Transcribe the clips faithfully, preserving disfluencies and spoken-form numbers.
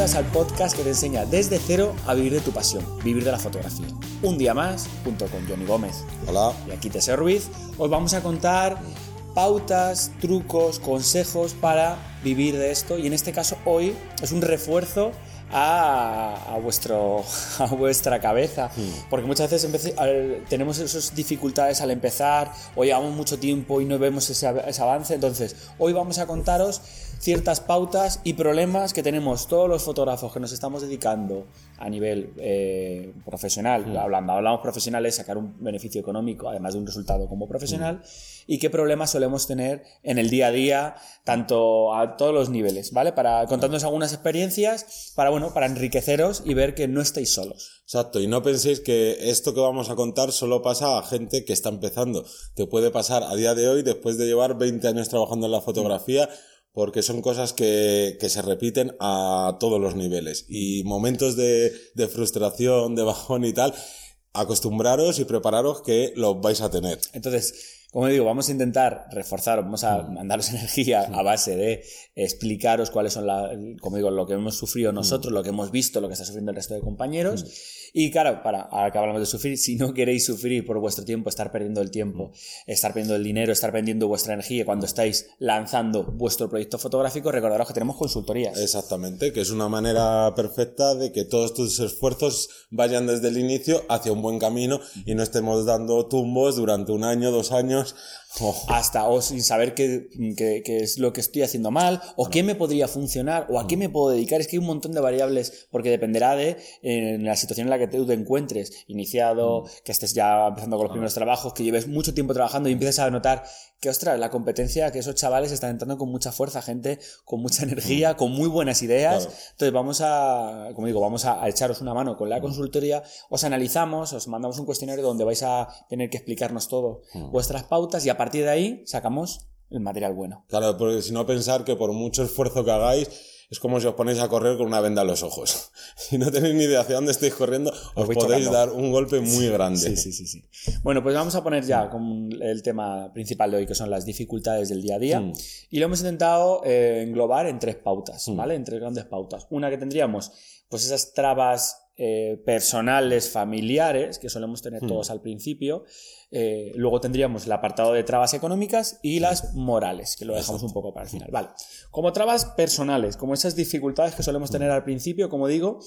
bienvenidas al podcast que te enseña desde cero a vivir de tu pasión, vivir de la fotografía. Un día más, junto con Johnny Gómez. Hola. Y aquí Teseo Ruiz, os vamos a contar pautas, trucos, consejos para vivir de esto. Y en este caso hoy es un refuerzo a, a, vuestro, a vuestra cabeza, mm. porque muchas veces empecé, al, tenemos esas dificultades al empezar o llevamos mucho tiempo y no vemos ese, ese avance. Entonces hoy vamos a contaros ciertas pautas y problemas que tenemos todos los fotógrafos que nos estamos dedicando a nivel eh, profesional, mm. hablando, hablamos profesionales, sacar un beneficio económico además de un resultado como profesional, mm. y qué problemas solemos tener en el día a día, tanto a todos los niveles, ¿vale? Para contándonos algunas experiencias para, bueno, para enriqueceros y ver que no estáis solos. Exacto, y no penséis que esto que vamos a contar solo pasa a gente que está empezando. Te puede pasar a día de hoy, después de llevar veinte años trabajando en la fotografía, porque son cosas que, que se repiten a todos los niveles. Y momentos de, de frustración, de bajón y tal, acostumbraros y prepararos que los vais a tener. Entonces, como digo, vamos a intentar reforzar, vamos a mandaros energía a base de explicaros cuáles son, la, como digo, lo que hemos sufrido nosotros, lo que hemos visto, lo que está sufriendo el resto de compañeros. Y claro, para, ahora que hablamos de sufrir, si no queréis sufrir por vuestro tiempo, estar perdiendo el tiempo, estar perdiendo el dinero, estar perdiendo vuestra energía cuando estáis lanzando vuestro proyecto fotográfico, recordaros que tenemos consultorías. Exactamente, que es una manera perfecta de que todos tus esfuerzos vayan desde el inicio hacia un buen camino y no estemos dando tumbos durante un año, dos años. Oh. Hasta o sin saber qué, qué, qué es lo que estoy haciendo mal o bueno. qué me podría funcionar o a qué me puedo dedicar. Es que hay un montón de variables porque dependerá de en la situación en la que tú te encuentres, iniciado, mm. que estés ya empezando con los primeros trabajos, que lleves mucho tiempo trabajando y empieces a notar que, ostras, la competencia, que esos chavales están entrando con mucha fuerza, gente con mucha energía, mm. con muy buenas ideas. Claro. Entonces vamos a, como digo, vamos a, a echaros una mano con la mm. consultoría, os analizamos, os mandamos un cuestionario donde vais a tener que explicarnos todo, mm. vuestras pautas, y a A partir de ahí sacamos el material bueno. Claro, porque si no, pensar que por mucho esfuerzo que hagáis es como si os ponéis a correr con una venda en los ojos. Si no tenéis ni idea hacia dónde estáis corriendo, os, os podéis chocando. dar un golpe muy sí, grande. Sí, sí, sí, sí. Bueno, pues vamos a poner ya con el tema principal de hoy, que son las dificultades del día a día. Mm. Y lo hemos intentado eh, englobar en tres pautas, mm. ¿vale? En tres grandes pautas. Una que tendríamos, pues esas trabas Eh, personales, familiares, que solemos tener hmm. todos al principio. Eh, luego tendríamos el apartado de trabas económicas y las morales, que lo dejamos un poco para el final. Vale. Como trabas personales, como esas dificultades que solemos tener al principio, como digo,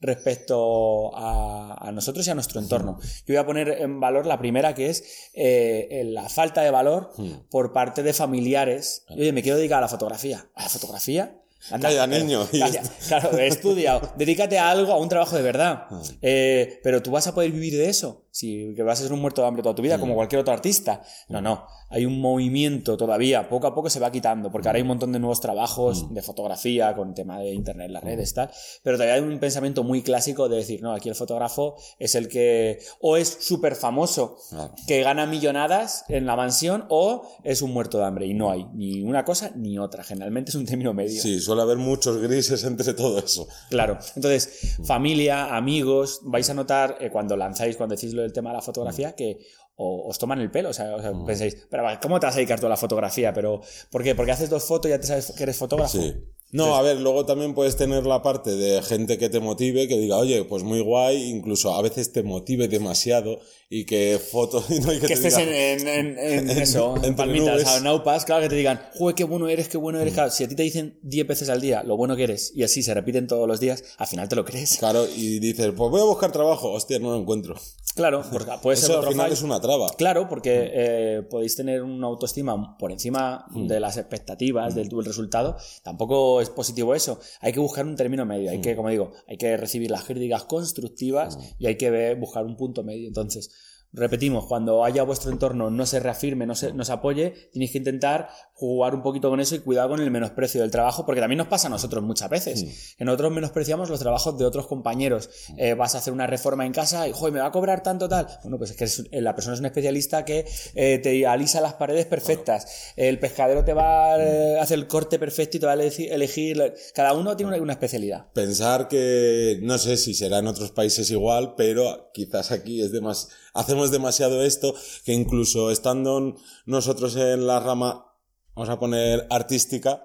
respecto a, a nosotros y a nuestro entorno. Yo voy a poner en valor la primera, que es eh, la falta de valor hmm. por parte de familiares. Oye, me quiero dedicar a la fotografía. ¿A la fotografía? Anda, calla, niño. Calla, claro, he estudiado. Dedícate a algo, a un trabajo de verdad. Ah. Eh, pero tú vas a poder vivir de eso. Si que vas a ser un muerto de hambre toda tu vida, mm. como cualquier otro artista. No, no. Hay un movimiento todavía. Poco a poco se va quitando. Porque ahora hay un montón de nuevos trabajos mm. de fotografía, con tema de internet, las redes, tal. Pero todavía hay un pensamiento muy clásico de decir, no, aquí el fotógrafo es el que o es súper famoso, claro. que gana millonadas en la mansión, o es un muerto de hambre. Y no hay ni una cosa ni otra. Generalmente es un término medio. Sí, suele haber muchos grises entre todo eso. Claro. Entonces, familia, amigos, vais a notar eh, cuando lanzáis, cuando decís lo del tema de la fotografía, que o, os toman el pelo. O sea, o sea pensáis, pero ¿cómo te vas a dedicar tú a la fotografía? Pero, ¿por qué? Porque haces dos fotos y ya te sabes que eres fotógrafo. Sí. No, Entonces, a ver, luego también puedes tener la parte de gente que te motive, que diga, oye, pues muy guay, incluso a veces te motive demasiado y que fotos... No, y que, que te estés diga, en, en, en, en eso, en palmitas, a naupas, claro, que te digan, joder, qué bueno eres, qué bueno eres. Claro, si a ti te dicen diez veces al día lo bueno que eres y así se repiten todos los días, al final te lo crees. Claro, y dices, pues voy a buscar trabajo, hostia, no lo encuentro. Claro, porque puede ser eso otro al final fallo. Es una traba. Claro, porque eh, podéis tener una autoestima por encima mm. de las expectativas, mm. del, del resultado. Tampoco es positivo eso. Hay que buscar un término medio. Hay mm. que, como digo, hay que recibir las críticas constructivas mm. y hay que ver, buscar un punto medio. Entonces, repetimos, cuando haya vuestro entorno no se reafirme, no se, no se apoye, tenéis que intentar jugar un poquito con eso y cuidar con el menosprecio del trabajo, porque también nos pasa a nosotros muchas veces, sí. que nosotros menospreciamos los trabajos de otros compañeros. Eh, vas a hacer una reforma en casa y, joder, me va a cobrar tanto tal. Bueno, pues es que es, la persona es un especialista que eh, te alisa las paredes perfectas. Claro. El pescadero te va a eh, hacer el corte perfecto y te va a elegir, elegir cada uno tiene una, una especialidad. Pensar que, no sé si será en otros países igual, pero quizás aquí es de más, hacemos demasiado esto, que incluso estando nosotros en la rama, vamos a poner artística,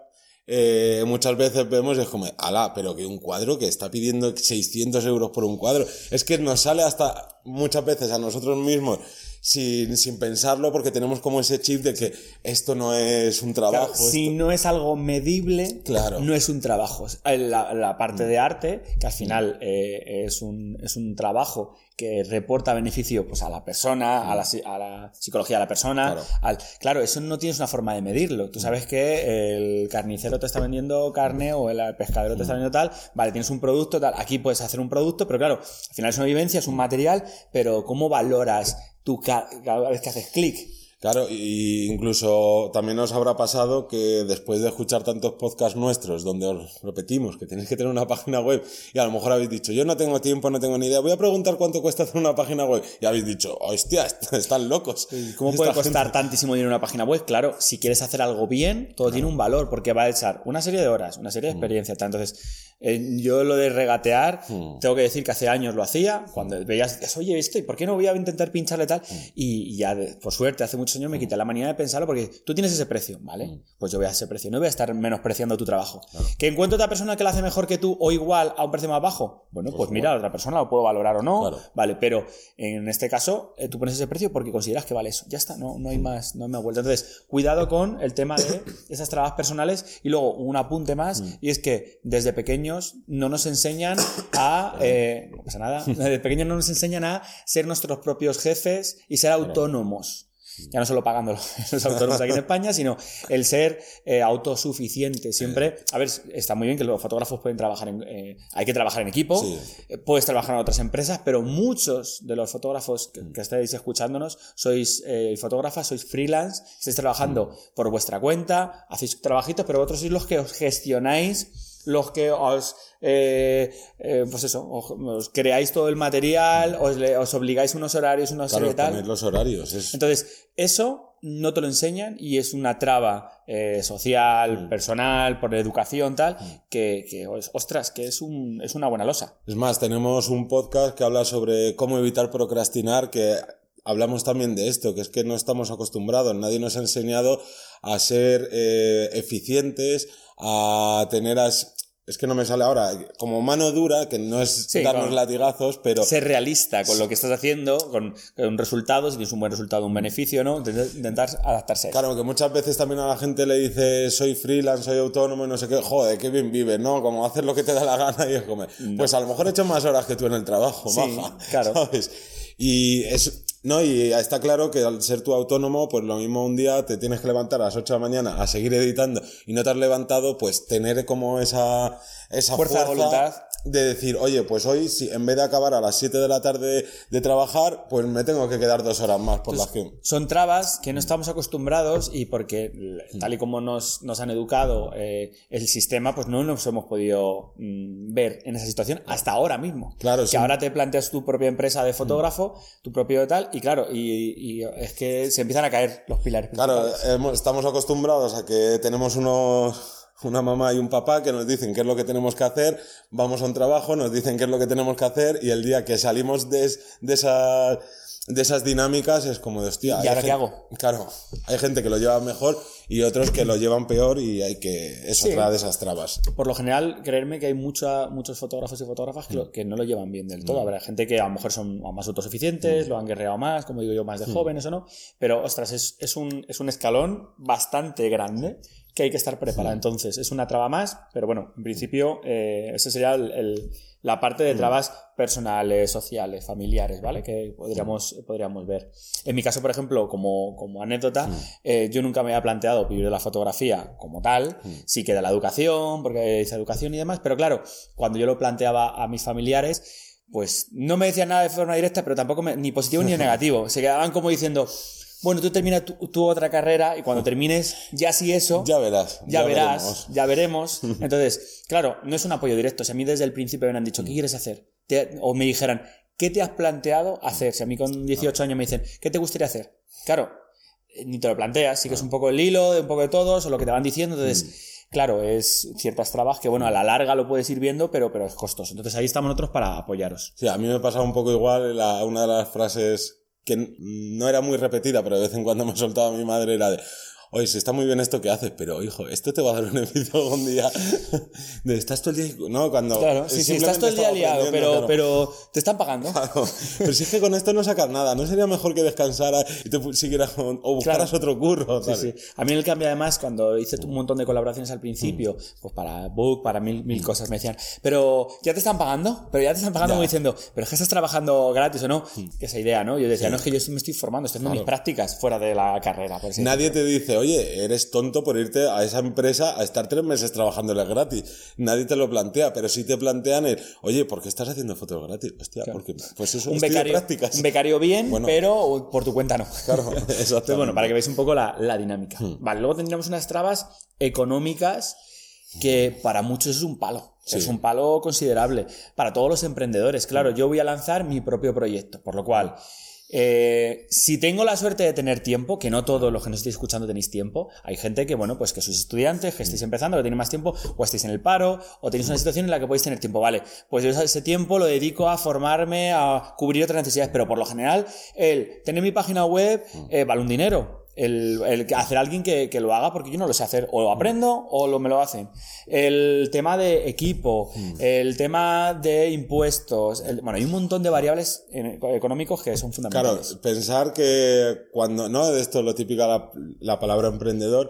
eh, muchas veces vemos y es como, ala, pero que un cuadro que está pidiendo seiscientos euros por un cuadro. Es que nos sale hasta muchas veces a nosotros mismos sin, sin pensarlo, porque tenemos como ese chip de que esto no es un trabajo. Claro, si no es algo medible, claro. no es un trabajo. La, la parte de arte, que al final eh, es, un, es un trabajo que reporta beneficio pues, a la persona, a la, a la psicología de la persona. Claro. Al, claro, eso no tienes una forma de medirlo. Tú sabes que el carnicero te está vendiendo carne o el pescadero te está vendiendo tal. Vale, tienes un producto, tal. Aquí puedes hacer un producto, pero claro, al final es una vivencia, es un material, pero ¿cómo valoras tú cada vez que haces clic? Claro, y incluso también os habrá pasado que después de escuchar tantos podcasts nuestros donde os repetimos que tenéis que tener una página web y a lo mejor habéis dicho, yo no tengo tiempo, no tengo ni idea, voy a preguntar cuánto cuesta hacer una página web, y habéis dicho, hostia, están locos. ¿Cómo puede costar gente... tantísimo dinero una página web? Claro, si quieres hacer algo bien, todo claro. tiene un valor, porque va a echar una serie de horas, una serie de experiencia. Mm. Entonces, eh, yo lo de regatear, mm. tengo que decir que hace años lo hacía, cuando veías, oye, ¿viste? ¿Por qué no voy a intentar pincharle tal? Mm. Y, y ya, de, por suerte, hace muchos años me quité la manía de pensarlo, porque tú tienes ese precio, ¿vale? Mm. Pues yo voy a ese precio, no voy a estar menospreciando tu trabajo. Claro. ¿Que encuentro otra persona que lo hace mejor que tú o igual a un precio más bajo? Bueno, pues, pues mira, bueno. otra persona lo puedo valorar o no, claro. Vale, pero en este caso eh, tú pones ese precio porque consideras que vale eso, ya está, no, no hay más, no hay más vuelta. Entonces, cuidado con el tema de esas trabas personales. Y luego un apunte más, mm. y es que desde pequeños no nos enseñan a eh, no pasa nada, desde pequeños no nos enseñan a ser nuestros propios jefes y ser autónomos. Ya no solo pagando los autónomos aquí en España, sino el ser eh, autosuficiente. Siempre, a ver, está muy bien que los fotógrafos pueden trabajar en, eh, hay que trabajar en equipo, sí. eh, puedes trabajar en otras empresas, pero muchos de los fotógrafos que, que estáis escuchándonos sois eh, fotógrafas, sois freelance, estáis trabajando mm. por vuestra cuenta, hacéis trabajitos, pero vosotros sois los que os gestionáis, los que os eh, eh, pues eso, os, os creáis todo el material, os, le, os obligáis unos horarios, unos claro, y tal. Poner los horarios. Es... Entonces, eso no te lo enseñan y es una traba eh, social, mm. personal, por educación, tal, mm. que, que, ostras, que es, un, es una buena losa. Es más, tenemos un podcast que habla sobre cómo evitar procrastinar, que hablamos también de esto, que es que no estamos acostumbrados, nadie nos ha enseñado a ser eh, eficientes, a tener as... es que no me sale ahora, como mano dura, que no es sí, darnos con... latigazos, pero... Ser realista con lo que estás haciendo, con, con resultados, si tienes un buen resultado, un beneficio, ¿no? Intentar adaptarse. Claro, que muchas veces también a la gente le dice, soy freelance, soy autónomo y no sé qué, joder, qué bien vives, ¿no? Como hacer lo que te da la gana y es como, no. Pues a lo mejor he hecho más horas que tú en el trabajo, sí, maja, claro. ¿sabes? Y es... No, y está claro que al ser tú autónomo, pues lo mismo un día te tienes que levantar a las ocho de la mañana a seguir editando y no te has levantado, pues tener como esa, esa fuerza, fuerza de voluntad de decir, oye, pues hoy si en vez de acabar a las siete de la tarde de trabajar, pues me tengo que quedar dos horas más por Entonces, las que... Son trabas que no estamos acostumbrados y porque tal y como nos, nos han educado eh, el sistema, pues no nos hemos podido mm, ver en esa situación hasta ahora mismo. Claro, que sí. ahora te planteas tu propia empresa de fotógrafo, mm. tu propio tal, y claro, y, y es que se empiezan a caer los pilares principales. Claro, hemos, estamos acostumbrados a que tenemos unos... una mamá y un papá que nos dicen qué es lo que tenemos que hacer, vamos a un trabajo, nos dicen qué es lo que tenemos que hacer y el día que salimos de, de, esas, de esas dinámicas es como de hostia. ¿Y ahora qué hago? Claro, hay gente que lo lleva mejor y otros que lo llevan peor y hay que... es sí. otra de esas trabas. Por lo general, creerme que hay mucha, muchos fotógrafos y fotógrafas que, mm. lo, que no lo llevan bien del todo. Mm. Habrá gente que a lo mejor son más autosuficientes, mm. lo han guerreado más, como digo yo, más de mm. jóvenes o no, pero ostras, es, es, un, es un escalón bastante grande que hay que estar preparado. Sí. Entonces, es una traba más, pero bueno, en principio, eh, esa sería el, el, la parte de trabas personales, sociales, familiares, ¿vale? Que podríamos, podríamos ver. En mi caso, por ejemplo, como, como anécdota, sí. eh, yo nunca me había planteado vivir de la fotografía como tal, sí, sí que de la educación, porque hice educación y demás, pero claro, cuando yo lo planteaba a mis familiares, pues no me decían nada de forma directa, pero tampoco me, ni positivo ni negativo. Se quedaban como diciendo... Bueno, tú terminas tu, tu otra carrera y cuando termines, ya sí eso... Ya verás. Ya, ya verás, veremos. ya veremos. Entonces, claro, no es un apoyo directo. Si a mí desde el principio me han dicho, ¿qué quieres hacer? Te, o me dijeran, ¿qué te has planteado hacer? Si a mí con dieciocho años me dicen, ¿qué te gustaría hacer? Claro, ni te lo planteas. Sigues un poco el hilo de un poco de todos o lo que te van diciendo. Entonces, claro, es ciertas trabas que, bueno, a la larga lo puedes ir viendo, pero, pero es costoso. Entonces, ahí estamos nosotros para apoyaros. Sí, a mí me pasa un poco igual. La, una de las frases... que no era muy repetida, pero de vez en cuando me soltaba mi madre, era de, oye, si está muy bien esto que haces, pero hijo, esto te va a dar un beneficio algún día. De, estás todo el día, no, cuando... Claro, sí, sí, estás todo el día liado, pero, claro. pero te están pagando. Claro, pero si es que con esto no sacas nada, ¿no sería mejor que descansaras y te siguieras o buscaras claro. otro curro? Sí, sí. A mí en el cambio, además, cuando hice un montón de colaboraciones al principio, mm. pues para Book, para mil, mil mm. cosas, me decían, pero ya te están pagando, pero ya te están pagando, como diciendo, pero es que estás trabajando gratis o no, mm. esa idea, ¿no? Yo decía, sí. no, es que yo me estoy formando, estoy haciendo claro. mis prácticas fuera de la carrera. Por Nadie te dice, oye, eres tonto por irte a esa empresa a estar tres meses trabajándoles gratis. Nadie te lo plantea, pero sí te plantean el, oye, ¿por qué estás haciendo fotos gratis? Hostia, claro. porque pues eso un es becario, prácticas. Un becario bien, bueno, pero por tu cuenta no. Claro, exactamente. Entonces, bueno, para que veáis un poco la, la dinámica. Hmm. Vale, luego tendríamos unas trabas económicas que para muchos es un palo. Sí. Es un palo considerable. Para todos los emprendedores, claro, yo voy a lanzar mi propio proyecto, por lo cual... Eh, si tengo la suerte de tener tiempo, que no todos los que nos estéis escuchando tenéis tiempo, hay gente que, bueno, pues que sois estudiantes, que estáis empezando, que tenéis más tiempo, o estáis en el paro, o tenéis una situación en la que podéis tener tiempo, vale, pues yo ese tiempo lo dedico a formarme, a cubrir otras necesidades, pero por lo general, el tener mi página web eh, vale un dinero. El, el hacer a alguien que, que lo haga porque yo no lo sé hacer, o lo aprendo o lo, me lo hacen. El tema de equipo, mm. el tema de impuestos, el, bueno, hay un montón de variables económicos que son fundamentales. Claro, pensar que cuando, no, de esto lo típico la, la palabra emprendedor,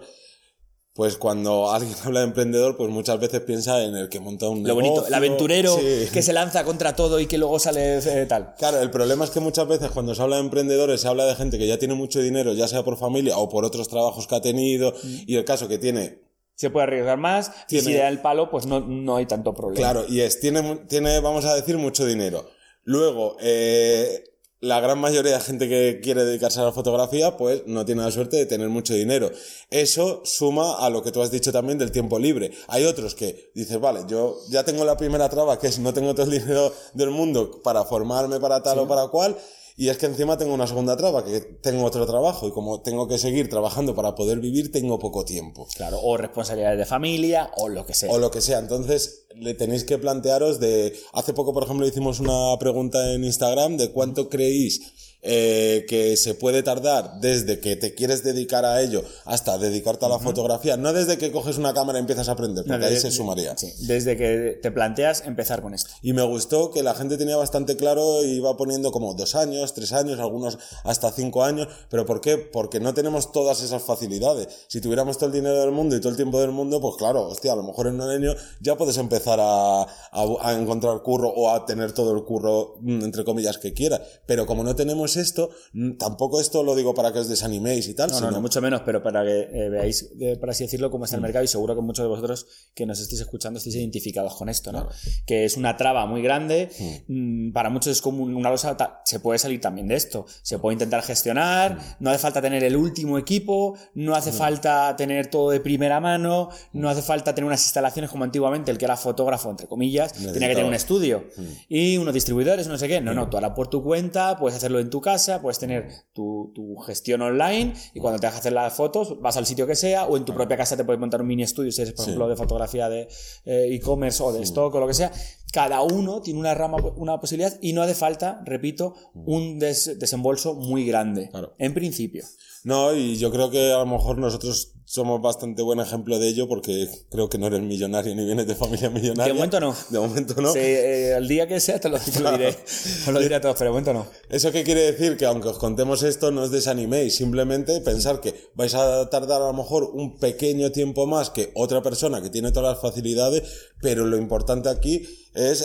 pues cuando alguien habla de emprendedor, pues muchas veces piensa en el que monta un lo negocio. Bonito, el aventurero sí. que se lanza contra todo y que luego sale eh, tal. Claro, el problema es que muchas veces cuando se habla de emprendedores se habla de gente que ya tiene mucho dinero, ya sea por familia o por otros trabajos que ha tenido, mm. y el caso que tiene... Se puede arriesgar más, tiene, y si le da el palo, pues no, no hay tanto problema. Claro, y es, tiene, tiene, vamos a decir, mucho dinero. Luego, eh... la gran mayoría de gente que quiere dedicarse a la fotografía, pues no tiene la suerte de tener mucho dinero. Eso suma a lo que tú has dicho también del tiempo libre. Hay otros que dices, vale, yo ya tengo la primera traba, que es no tengo todo el dinero del mundo para formarme para tal sí. o para cual, y es que encima tengo una segunda traba, que tengo otro trabajo, y como tengo que seguir trabajando para poder vivir, tengo poco tiempo. Claro, o responsabilidades de familia, o lo que sea. O lo que sea. Entonces, le tenéis que plantearos de... Hace poco, por ejemplo, hicimos una pregunta en Instagram de cuánto creéis eh, que se puede tardar desde que te quieres dedicar a ello hasta dedicarte a la uh-huh. fotografía. No desde que coges una cámara y empiezas a aprender, porque no, desde, ahí se sumaría. Sí, desde que te planteas empezar con esto. Y me gustó que la gente tenía bastante claro y iba poniendo como dos años, tres años, algunos hasta cinco años. ¿Pero por qué? Porque no tenemos todas esas facilidades. Si tuviéramos todo el dinero del mundo y todo el tiempo del mundo, pues claro, hostia, a lo mejor en un año ya puedes empezar a, a, a encontrar curro o a tener todo el curro, entre comillas, que quieras. Pero como no tenemos esto, tampoco esto lo digo para que os desaniméis y tal. No, sino... no, no, mucho menos, pero para que eh, veáis, eh, por así decirlo, cómo está el mm. mercado, y seguro que muchos de vosotros que nos estéis escuchando estéis identificados con esto, ¿no? Claro. Que es una traba muy grande, mm. Mm, para muchos es como una losa, se puede salir también de esto, se puede intentar gestionar, mm. no hace falta tener el último equipo, no hace mm. falta tener todo de primera mano, mm. no hace falta tener unas instalaciones como antiguamente el que era fotógrafo, entre comillas, Necesitaba. tenía que tener un estudio mm. y unos distribuidores, no sé qué, no, mm. no, tú ahora por tu cuenta puedes hacerlo en tu casa, puedes tener tu, tu gestión online, y cuando te hagas hacer las fotos vas al sitio que sea, o en tu propia casa te puedes montar un mini estudio si eres, por sí. ejemplo, de fotografía de eh, e-commerce o de stock o lo que sea. Cada uno tiene una rama, una posibilidad, y no hace falta, repito, un des- desembolso muy grande, claro. en principio. No, y yo creo que a lo mejor nosotros somos bastante buen ejemplo de ello, porque creo que no eres millonario ni vienes de familia millonaria. De momento no. De momento no. Sí, eh, el día que sea te lo, te lo diré. Os lo diré a todos, pero de momento no. ¿Eso qué quiere decir? Que aunque os contemos esto, no os desaniméis. Simplemente pensar que vais a tardar a lo mejor un pequeño tiempo más que otra persona que tiene todas las facilidades, pero lo importante aquí es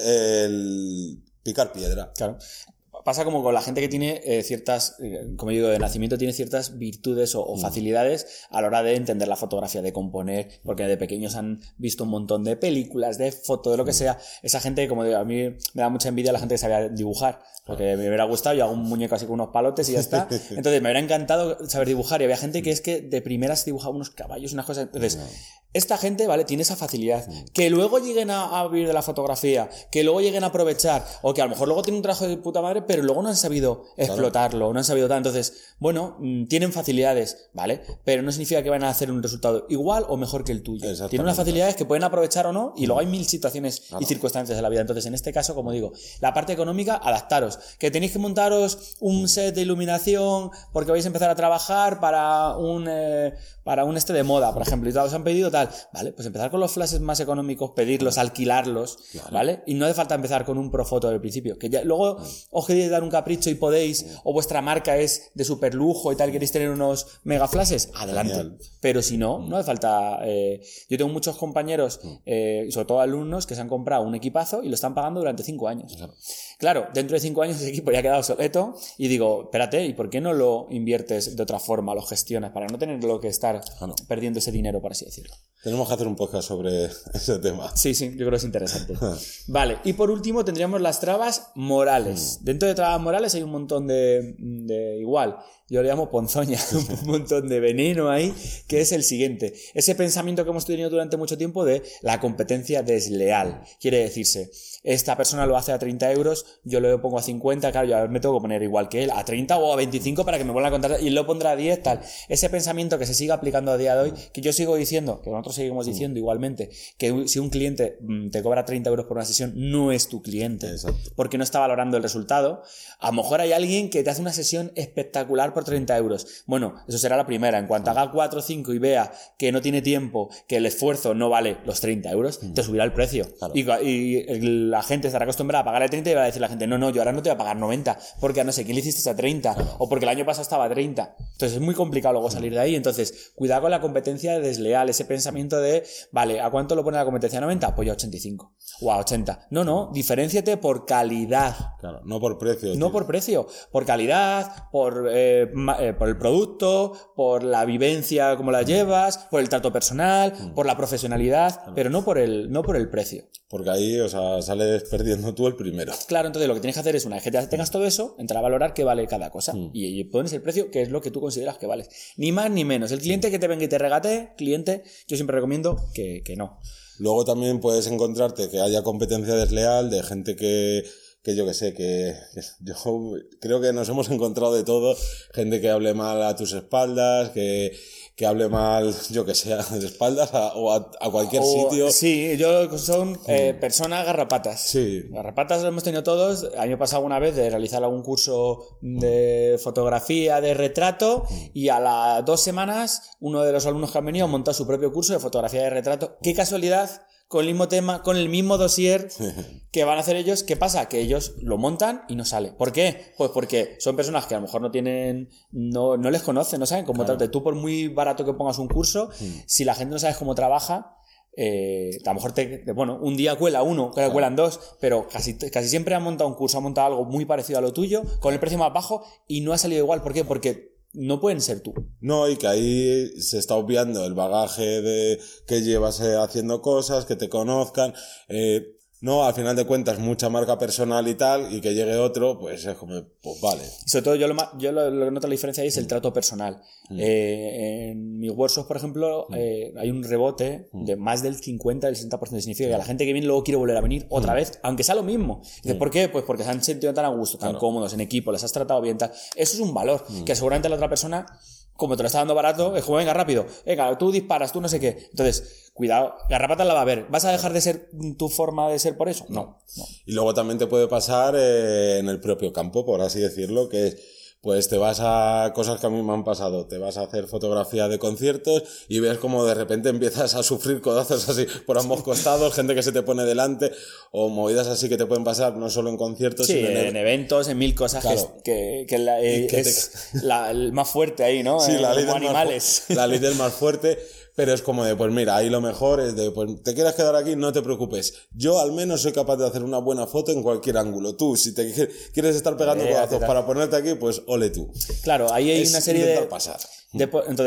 el picar piedra. Claro. Pasa como con la gente que tiene eh, ciertas, eh, como digo, de nacimiento tiene ciertas virtudes o, o facilidades a la hora de entender la fotografía, de componer, porque de pequeños han visto un montón de películas, de fotos, de lo que sea. Esa gente, como digo, a mí me da mucha envidia la gente que sabía dibujar, porque me hubiera gustado, yo hago un muñeco así con unos palotes y ya está. Entonces me hubiera encantado saber dibujar, y había gente que es que de primeras dibujaba unos caballos, unas cosas. Entonces, Esta gente, ¿vale? Tiene esa facilidad. Que luego lleguen a, a vivir de la fotografía, que luego lleguen a aprovechar, o que a lo mejor luego tienen un trabajo de puta madre, pero luego no han sabido explotarlo, claro. no han sabido tal. Entonces, bueno, tienen facilidades, ¿vale? Pero no significa que van a hacer un resultado igual o mejor que el tuyo. Tienen unas facilidades que pueden aprovechar o no, y luego hay mil situaciones claro. y circunstancias de la vida. Entonces, en este caso, como digo, la parte económica, adaptaros. Que tenéis que montaros un set de iluminación porque vais a empezar a trabajar para un, eh, para un este de moda, por ejemplo, y os han pedido tal. Vale, pues empezar con los flashes más económicos, pedirlos, alquilarlos, claro. ¿vale? Y no hace falta empezar con un Profoto del principio, que ya luego os queréis dar un capricho y podéis, o vuestra marca es de super lujo y tal, queréis tener unos mega flashes, adelante. Genial. Pero si no, no hace falta. Eh, yo tengo muchos compañeros, eh, y sobre todo alumnos, que se han comprado un equipazo y lo están pagando durante cinco años. Claro. Claro, dentro de cinco años ese equipo ya ha quedado obsoleto y digo, espérate, ¿y por qué no lo inviertes de otra forma, lo gestionas, para no tener lo que estar bueno. perdiendo ese dinero, por así decirlo? Tenemos que hacer un podcast sobre ese tema. Sí, sí, yo creo que es interesante. Vale, y por último tendríamos las trabas morales. Mm. Dentro de trabas morales hay un montón de, de igual, yo le llamo ponzoña, un montón de veneno ahí, que es el siguiente. Ese pensamiento que hemos tenido durante mucho tiempo de la competencia desleal. Quiere decirse, esta persona lo hace a treinta euros, yo lo pongo a cincuenta, claro, yo me tengo que poner igual que él, a treinta o a veinticinco para que me vuelvan a contar, y él lo pondrá a diez, tal. Ese pensamiento que se sigue aplicando a día de hoy, que yo sigo diciendo, que nosotros seguimos diciendo igualmente, que si un cliente te cobra treinta euros por una sesión, no es tu cliente. Exacto. Porque no está valorando el resultado. A lo mejor hay alguien que te hace una sesión espectacular por treinta euros. Bueno, eso será la primera. En cuanto haga cuatro o cinco y vea que no tiene tiempo, que el esfuerzo no vale los treinta euros, mm. te subirá el precio. Claro. Y, y la gente estará acostumbrada a pagarle treinta y va a decir la gente, no, no, yo ahora no te voy a pagar noventa, porque a no sé quién le hiciste a treinta, claro. o porque el año pasado estaba a treinta. Entonces es muy complicado luego salir de ahí. Entonces, cuidado con la competencia desleal, ese pensamiento de, vale, ¿a cuánto lo pone la competencia? ¿A noventa? Pues yo a ochenta y cinco. O a ochenta. No, no, diferénciate por calidad. Claro, no por precio. No tío. por precio, por calidad, por, eh, eh, por el producto, por la vivencia, cómo la llevas, por el trato personal, mm. por la profesionalidad, claro. pero no por el, no por el precio. Porque ahí, o sea, sales perdiendo tú el primero. Claro, entonces lo que tienes que hacer es, una vez que ya tengas todo eso, entrar a valorar qué vale cada cosa. Mm. Y, y pones el precio, que es lo que tú consideras que vales. Ni más ni menos. El cliente que te venga y te regate, cliente, yo siempre recomiendo que, que no. Luego también puedes encontrarte que haya competencia desleal de gente que... que yo que sé, que, que yo creo que nos hemos encontrado de todo, gente que hable mal a tus espaldas, que, que hable mal, yo que sé, a tus espaldas a, o a, a cualquier o, sitio. Sí, yo son eh, personas garrapatas. Sí. Garrapatas lo hemos tenido todos. El año pasado una vez de realizar algún curso de fotografía, de retrato, y a las dos semanas uno de los alumnos que han venido ha montado su propio curso de fotografía de retrato. ¡Qué casualidad! Con el mismo tema, con el mismo dossier que van a hacer ellos. ¿Qué pasa? Que ellos lo montan y no sale. ¿Por qué? Pues porque son personas que a lo mejor no tienen, no, no les conocen, no saben cómo claro. trate. Tú, por muy barato que pongas un curso, mm. si la gente no sabe cómo trabaja, eh, a lo mejor te, bueno, un día cuela uno, claro. cuelan dos, pero casi, casi siempre han montado un curso, han montado algo muy parecido a lo tuyo, con el precio más bajo, y no ha salido igual. ¿Por qué? Porque no pueden ser tú. No, y que ahí se está obviando el bagaje de que llevas eh, haciendo cosas, que te conozcan, eh, no, al final de cuentas mucha marca personal y tal, y que llegue otro, pues es como, pues vale. Y sobre todo yo lo, yo lo, lo que noto la diferencia ahí es el trato personal. Mm. Eh, en mis workshops, por ejemplo, mm. eh, hay un rebote mm. de más del cincuenta, del sesenta por ciento. Significa que la gente que viene luego quiere volver a venir otra mm. vez, aunque sea lo mismo. Dice, mm. ¿por qué? Pues porque se han sentido tan a gusto, tan claro. cómodos en equipo, les has tratado bien, tal. Eso es un valor, mm. que seguramente la otra persona, como te lo está dando barato, es como, venga, rápido, venga, tú disparas, tú no sé qué. Entonces, cuidado, garrapata la va a ver. ¿Vas a dejar de ser tu forma de ser por eso? No. no. Y luego también te puede pasar eh, en el propio campo, por así decirlo, que pues te vas a cosas que a mí me han pasado. Te vas a hacer fotografía de conciertos y ves como de repente empiezas a sufrir codazos así por ambos costados, gente que se te pone delante, o movidas así que te pueden pasar no solo en conciertos, sí, sino en, en eventos, en mil cosas. Claro. que, que, que, la, eh, que es te... la, el más fuerte ahí, ¿no? Sí, eh, la ley como del animales. Más fu- la ley del más fuerte. Pero es como de, pues mira, ahí lo mejor es de, pues te quieres quedar aquí, no te preocupes. Yo al menos soy capaz de hacer una buena foto en cualquier ángulo. Tú, si te quieres estar pegando eh, codazos para ponerte aquí, pues ole tú. Claro, ahí hay es una serie de... pasar. de... Entonces,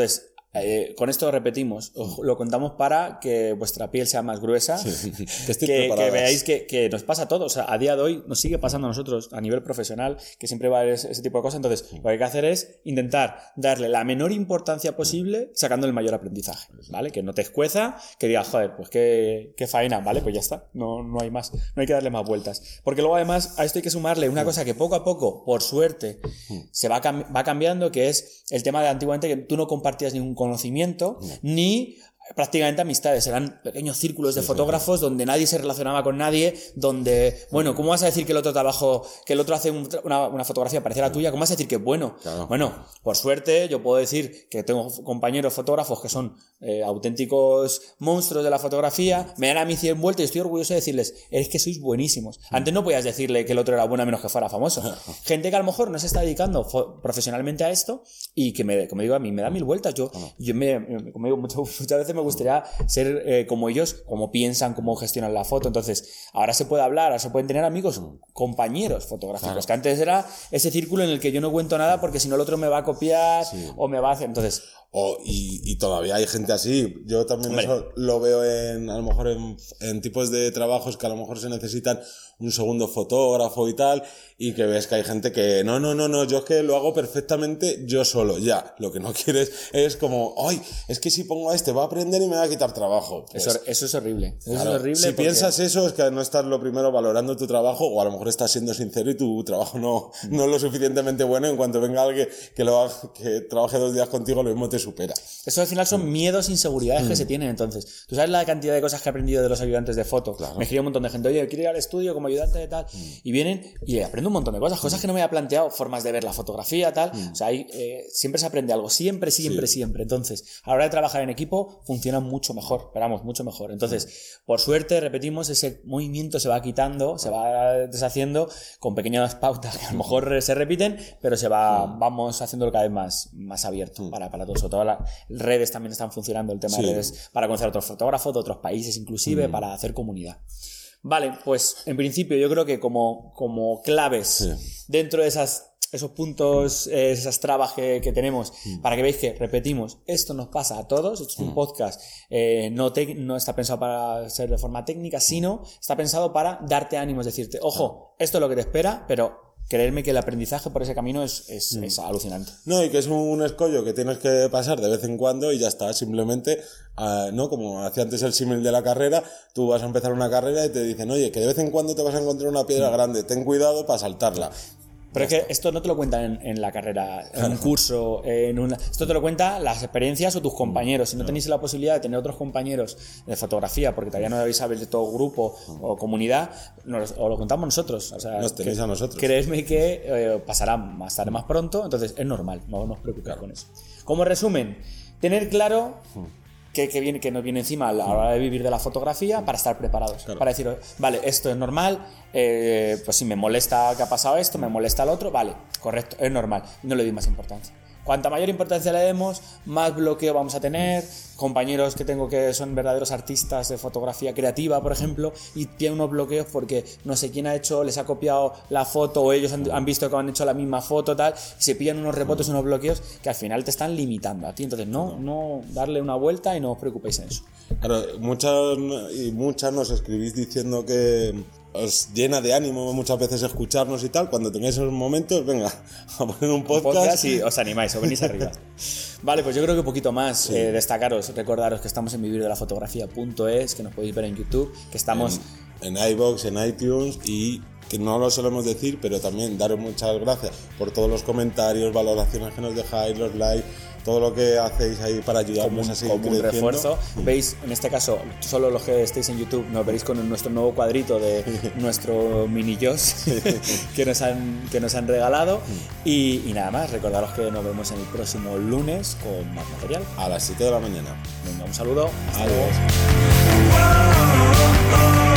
Eh, con esto repetimos, os lo contamos para que vuestra piel sea más gruesa, Sí, que, que, que veáis que, que nos pasa a todos. O sea, a día de hoy nos sigue pasando a nosotros a nivel profesional, que siempre va a haber ese, ese tipo de cosas. Entonces, lo que hay que hacer es intentar darle la menor importancia posible, sacando el mayor aprendizaje, ¿vale? Que no te escueza, que digas, joder, pues qué, qué faena, ¿vale? Pues ya está, no, no hay más, no hay que darle más vueltas. Porque luego además a esto hay que sumarle una cosa que poco a poco, por suerte, se va, cam- va cambiando, que es el tema de antiguamente que tú no compartías ningún conocimiento, no. ni prácticamente amistades, eran pequeños círculos de sí, fotógrafos sí, sí. donde nadie se relacionaba con nadie, donde, bueno, ¿cómo vas a decir que el otro trabajo, que el otro hace un, una, una fotografía parecida a la tuya? ¿Cómo vas a decir que es bueno? Claro. Bueno, por suerte yo puedo decir que tengo compañeros fotógrafos que son eh, auténticos monstruos de la fotografía, me dan a mí cien vueltas y estoy orgulloso de decirles, es que sois buenísimos. Antes no podías decirle que el otro era bueno a menos que fuera famoso. Gente que a lo mejor no se está dedicando profesionalmente a esto y que, me, como digo, a mí me da mil vueltas. Yo, yo me, me, como digo, muchas, muchas veces me gustaría ser eh, como ellos, como piensan, cómo gestionan la foto. Entonces, ahora se puede hablar, ahora se pueden tener amigos, compañeros fotográficos, claro. que antes era ese círculo en el que yo no cuento nada porque si no el otro me va a copiar sí. o me va a hacer. Entonces, o, y, y todavía hay gente así. Yo también eso lo veo en, a lo mejor en, en tipos de trabajos que a lo mejor se necesitan un segundo fotógrafo y tal, y que ves que hay gente que no, no, no, no, yo es que lo hago perfectamente yo solo, ya, lo que no quieres es como, ay, es que si pongo a este va a aprender y me va a quitar trabajo. Pues, eso, eso es horrible, eso claro, es horrible. Si porque... piensas eso es que no estás lo primero valorando tu trabajo, o a lo mejor estás siendo sincero y tu trabajo no, mm. no es lo suficientemente bueno, en cuanto venga alguien que, lo haga, que trabaje dos días contigo, lo mismo te supera. Eso al final son mm. miedos, inseguridades mm. que se tienen. Entonces, tú sabes la cantidad de cosas que he aprendido de los ayudantes de foto. Claro. Me escribe un montón de gente, oye, quiero ir al estudio como ayudante de tal, mm. y vienen y aprendo un montón de cosas, cosas que no me había planteado, formas de ver la fotografía, tal. Mm. O sea, hay, eh, siempre se aprende algo, siempre, siempre, sí. siempre. Entonces, a la hora de trabajar en equipo, funciona mucho mejor, esperamos, mucho mejor. Entonces, mm. por suerte, repetimos, ese movimiento se va quitando, se va deshaciendo con pequeñas pautas que a lo mejor se repiten, pero se va, mm. vamos haciéndolo cada vez más, más abierto mm. para, para todos. Sobre todo las redes también están funcionando, el tema sí. de redes para conocer a otros fotógrafos de otros países, inclusive, mm. para hacer comunidad. Vale, pues en principio yo creo que como, como claves sí. dentro de esas, esos puntos, eh, esas trabas que, que tenemos, mm. para que veáis que, repetimos, esto nos pasa a todos, esto es un mm. podcast, eh, no, te, no está pensado para ser de forma técnica, sino está pensado para darte ánimos, decirte, ojo, esto es lo que te espera, pero... creerme que el aprendizaje por ese camino es, es, mm. es alucinante. No, y que es un escollo que tienes que pasar de vez en cuando y ya está, simplemente, uh, ¿no? Como hacía antes el símil de la carrera, tú vas a empezar una carrera y te dicen, oye, que de vez en cuando te vas a encontrar una piedra mm. grande, ten cuidado para saltarla. Pero es que esto no te lo cuentan en, en la carrera, en un curso, en una... Esto te lo cuentan las experiencias o tus compañeros. Si no tenéis la posibilidad de tener otros compañeros de fotografía, porque todavía no habéis abierto grupo o comunidad, nos, os lo contamos nosotros. O sea, nos tenéis que, a nosotros. Creedme que eh, pasará más tarde, más pronto, entonces es normal, no, no os preocupéis con eso. Como resumen, tener claro... Que, que, viene, que nos viene encima a la hora de vivir de la fotografía para estar preparados, claro. para decir, vale, esto es normal, eh, pues si me molesta que ha pasado esto, me molesta lo otro, vale, correcto, es normal, no le doy más importancia. Cuanta mayor importancia le demos, más bloqueo vamos a tener. Compañeros que tengo que son verdaderos artistas de fotografía creativa, por ejemplo, y tienen unos bloqueos porque no sé quién ha hecho, les ha copiado la foto o ellos han, han visto que han hecho la misma foto, tal, y se pillan unos rebotes, unos bloqueos que al final te están limitando a ti. Entonces, no, no darle una vuelta y no os preocupéis en eso. Claro, muchas y muchas nos escribís diciendo que os llena de ánimo muchas veces escucharnos y tal. Cuando tengáis esos momentos, venga, a poner un podcast, un podcast y os animáis, os venís arriba. Vale, pues yo creo que un poquito más, sí. eh, destacaros, recordaros que estamos en vivir de la fotografía punto es, que nos podéis ver en YouTube, que estamos en, en iVoox, en iTunes, y que no lo solemos decir, pero también daros muchas gracias por todos los comentarios, valoraciones que nos dejáis, los likes, todo lo que hacéis ahí para ayudarnos como, a seguir como un creciendo. Refuerzo. Veis, en este caso, solo los que estéis en YouTube nos veréis con nuestro nuevo cuadrito de nuestro mini Joss que, nos han, que nos han regalado. Y, y nada más, recordaros que nos vemos en el próximo lunes con más material. A las siete de la mañana. Venga, un saludo. Hasta luego.